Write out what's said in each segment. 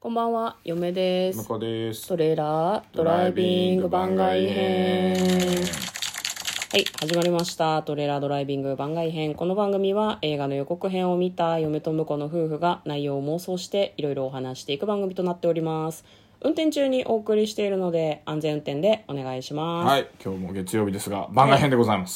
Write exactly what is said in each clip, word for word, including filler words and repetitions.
こんばんは、嫁です。 向こうです。 トレーラードライビング番外編。はい、始まりました。トレーラードライビング番外編。この番組は映画の予告編を見た嫁と婿の夫婦が内容を妄想していろいろお話していく番組となっております。運転中にお送りしているので安全運転でお願いします。 はい、今日も月曜日ですが番外編でございます。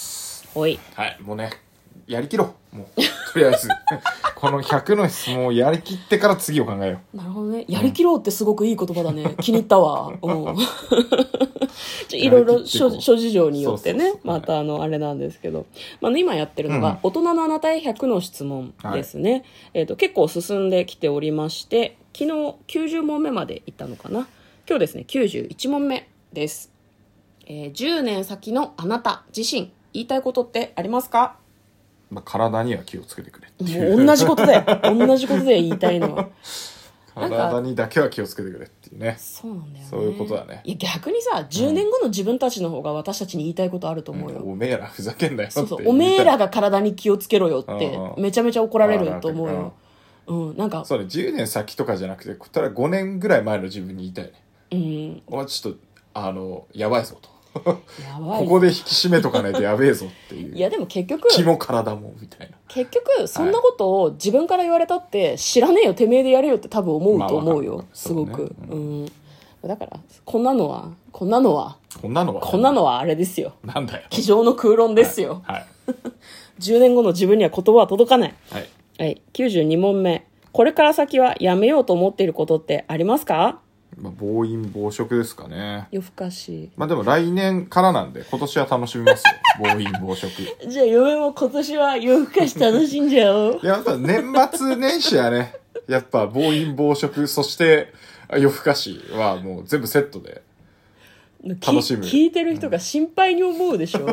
はい。 はい、もうね、やりきろう。もうとりあえずこのひゃくの質問をやりきってから次を考えよう。なるほどね。やりきろうってすごくいい言葉だね。うん、気に入ったわ。うん。いろいろ諸事情によってね、そうそうそう、またあのあれなんですけど、まあ、今やってるのが、うん、大人のあなたへひゃくの質問ですね。はい、えっと結構進んできておりまして、昨日きゅうじゅう問目までいったのかな。今日ですねきゅうじゅういち問目です。えー、じゅうねん先のあなた自身言いたいことってありますか？ まあ、体には気をつけてくれっていうもう同じことで同じことで言いたいのは体にだけは気をつけてくれっていうね。 そうなんだよね。 そういうことだね。 いや逆にさじゅうねんごの自分たちの方が私たちに言いたいことあると思うよ、 うん、おめえらふざけんなよって。 そうそうおめえらが体に気をつけろよってめちゃめちゃ怒られると思うよ。うん、なんかそうね、じゅうねん先とかじゃなくてこったらごねんぐらい前の自分に言いたいね。うん、お前ちょっとあのやばいぞとやばいここで引き締めとかないとやべえぞっていう。 いやでも結局気も体もみたいな。 結局そんなことを自分から言われたって、はい、知らねえよてめえでやれよって多分思うと思うよ、まあ、すごく、う、ね、うん、だからこんなのはこんなのはこんなのはこんなのはあれですよ。 なんだよ。 机上の空論ですよ。はい。はい、じゅうねんごの自分には言葉は届かない。はい。はい。きゅうじゅうに問目。これから先はやめようと思っていることってありますか？ まあ、暴飲暴食ですかね。 夜更かし。 まあでも来年からなんで今年は楽しみますよ。暴飲暴食。 じゃあ嫁も今年は夜更かし楽しんじゃおう。 いややっぱ年末年始はね、やっぱ暴飲暴食そして夜更かしはもう全部セットで楽しむ。 聞いてる人が心配に思うでしょ。うん、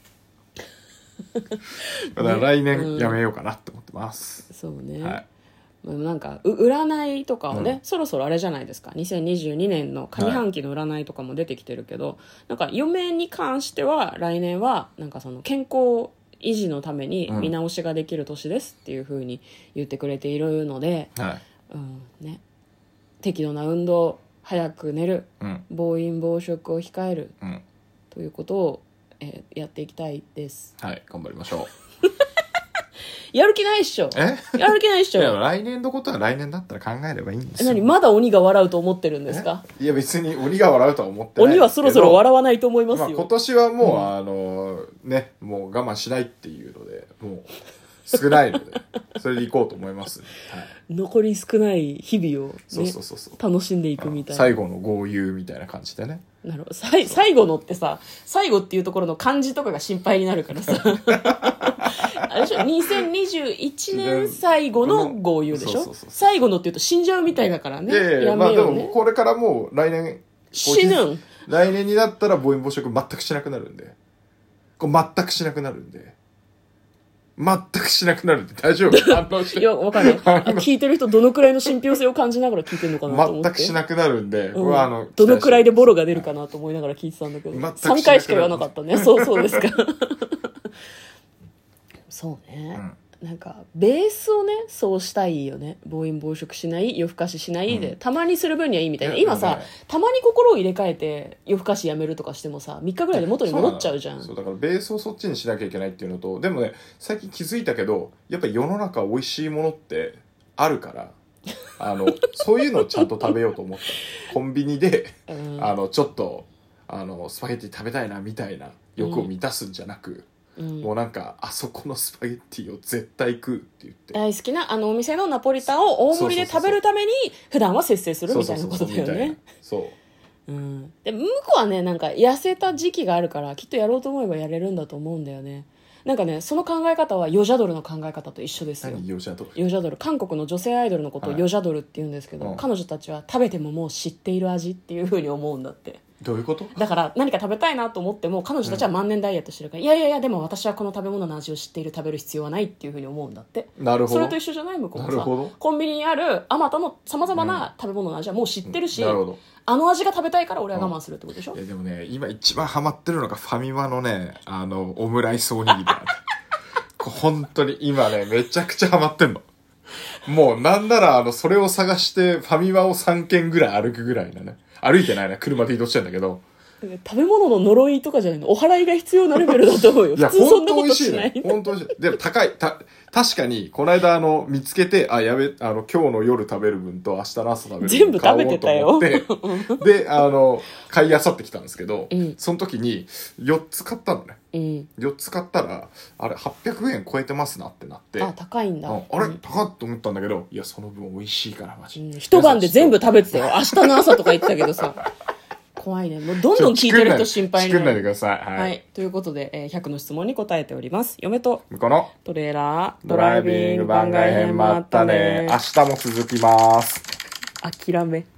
だから来年やめようかなって思ってます。 うん、そうね。 はい。 なんか占いとかをね、うん、そろそろあれじゃないですか、にせんにじゅうにねんの上半期の占いとかも出てきてるけど、はい、なんか嫁に関しては来年はなんかその健康維持のために見直しができる年ですっていう風に言ってくれているので、はい、うんね、適度な運動、早く寝る、うん、暴飲暴食を控える、うん、ということを、えー、やっていきたいです。 はい、頑張りましょう。 やる気ないっしょ。 えやる気ないっしょ。 いや来年のことは来年だったら考えればいいんですよ。 何まだ鬼が笑うと思ってるんですか？ いや別に鬼が笑うとは思ってない。 鬼はそろそろ笑わないと思いますよ。 まあ、今年はもう、うん、あのねもう我慢しないっていうのでもう少ないのでそれでいこうと思います、ね。はい、 残り少ない日々を、ね、 そうそうそうそう楽しんでいくみたいな。 最後の豪遊みたいな感じでね。 なるほど。最最後のってさ、最後っていうところの漢字とかが心配になるからさ。あれでしょ、にせんにじゅういちねん最後の豪遊でしょ。そうそうそうそう、最後のっていうと死んじゃうみたいだからね。 いやいやいや、まあでもこれからもう来年死ぬん。 来年になったら暴飲暴食全くしなくなるんで、これ全くしなくなるんで。全くしなくなるって大丈夫？反応して。 いや、わかんない。聞いてる人どのくらいの信憑性を感じながら聞いてるのかなと思って。 全くしなくなるんで、 うん、あのどのくらいでボロが出るかなと思いながら聞いてたんだけど、さんかいしか言わなかったね。そうそうですか。そうね。うんなんかベースをねそうしたいよね。暴飲暴食しない夜更かししないで、うん、たまにする分にはいいみたいな。今さたまに心を入れ替えて夜更かしやめるとかしてもさみっかぐらいで元に戻っちゃうじゃん。 そうだからベースをそっちにしなきゃいけないっていうのと、でもね最近気づいたけどやっぱり世の中美味しいものってあるからあのそういうのをちゃんと食べようと思ったコンビニで、うん、あのちょっとあのスパゲッティ食べたいなみたいな欲を満たすんじゃなく、うんうん、もうなんかあそこのスパゲッティを絶対食うって言って大好きなあのお店のナポリタンを大盛りで食べるために普段は節制するみたいなことだよね。 そう、 うん、で向こうはねなんか痩せた時期があるからきっとやろうと思えばやれるんだと思うんだよね。なんかねその考え方はヨジャドルの考え方と一緒ですよ。 何ヨジャドル？ ヨジャドル韓国の女性アイドルのことをヨジャドルって言うんですけど、はい、彼女たちは食べてももう知っている味っていう風に思うんだって。 どういうこと？ だから何か食べたいなと思っても彼女たちは万年ダイエットしてるから、うん、いやいやいやでも私はこの食べ物の味を知っている食べる必要はないっていうふうに思うんだって。 なるほど。 それと一緒じゃない向こうもさコンビニにあるあまたのさまざまな食べ物の味はもう知ってるし、うん、なるほど。あの味が食べたいから俺は我慢するってことでしょ、うん、 いやでもね今一番ハマってるのがファミマのねあのオムライスおにぎりだ。本当に今ねめちゃくちゃハマってんの。 もうなんならあのそれを探してファミマをさん軒ぐらい歩くぐらいなね。歩いてないな、車で移動してんだけど。 食べ物の呪いとかじゃないの、お祓いが必要なレベルだと思うよ。 いや普通そんなこ本当美味しいとしないね。本当美味しい。でも高い。た確かにこの間あの見つけて、あやべ、あの今日の夜食べる分と明日の朝食べる分全部食べてたよ買おうと思ってであの買いあさってきたんですけど、 うんその時によっつ買ったのね。 うんよっつ買ったらあれはっぴゃくえん超えてますなってなって、 あ高いんだ、 うんあれ、 うん高っと思ったんだけど、いやその分美味しいからマジ、 うん一晩で全部食べてたよ。明日の朝とか言ってたけどさ。怖いね。もうどんどん聞いてる人心配になる。 作んないでください。はい。 はい。ということで、えーひゃくの質問に答えております。嫁とこのトレーラードライビング番外編もあったね。明日も続きます。 諦め。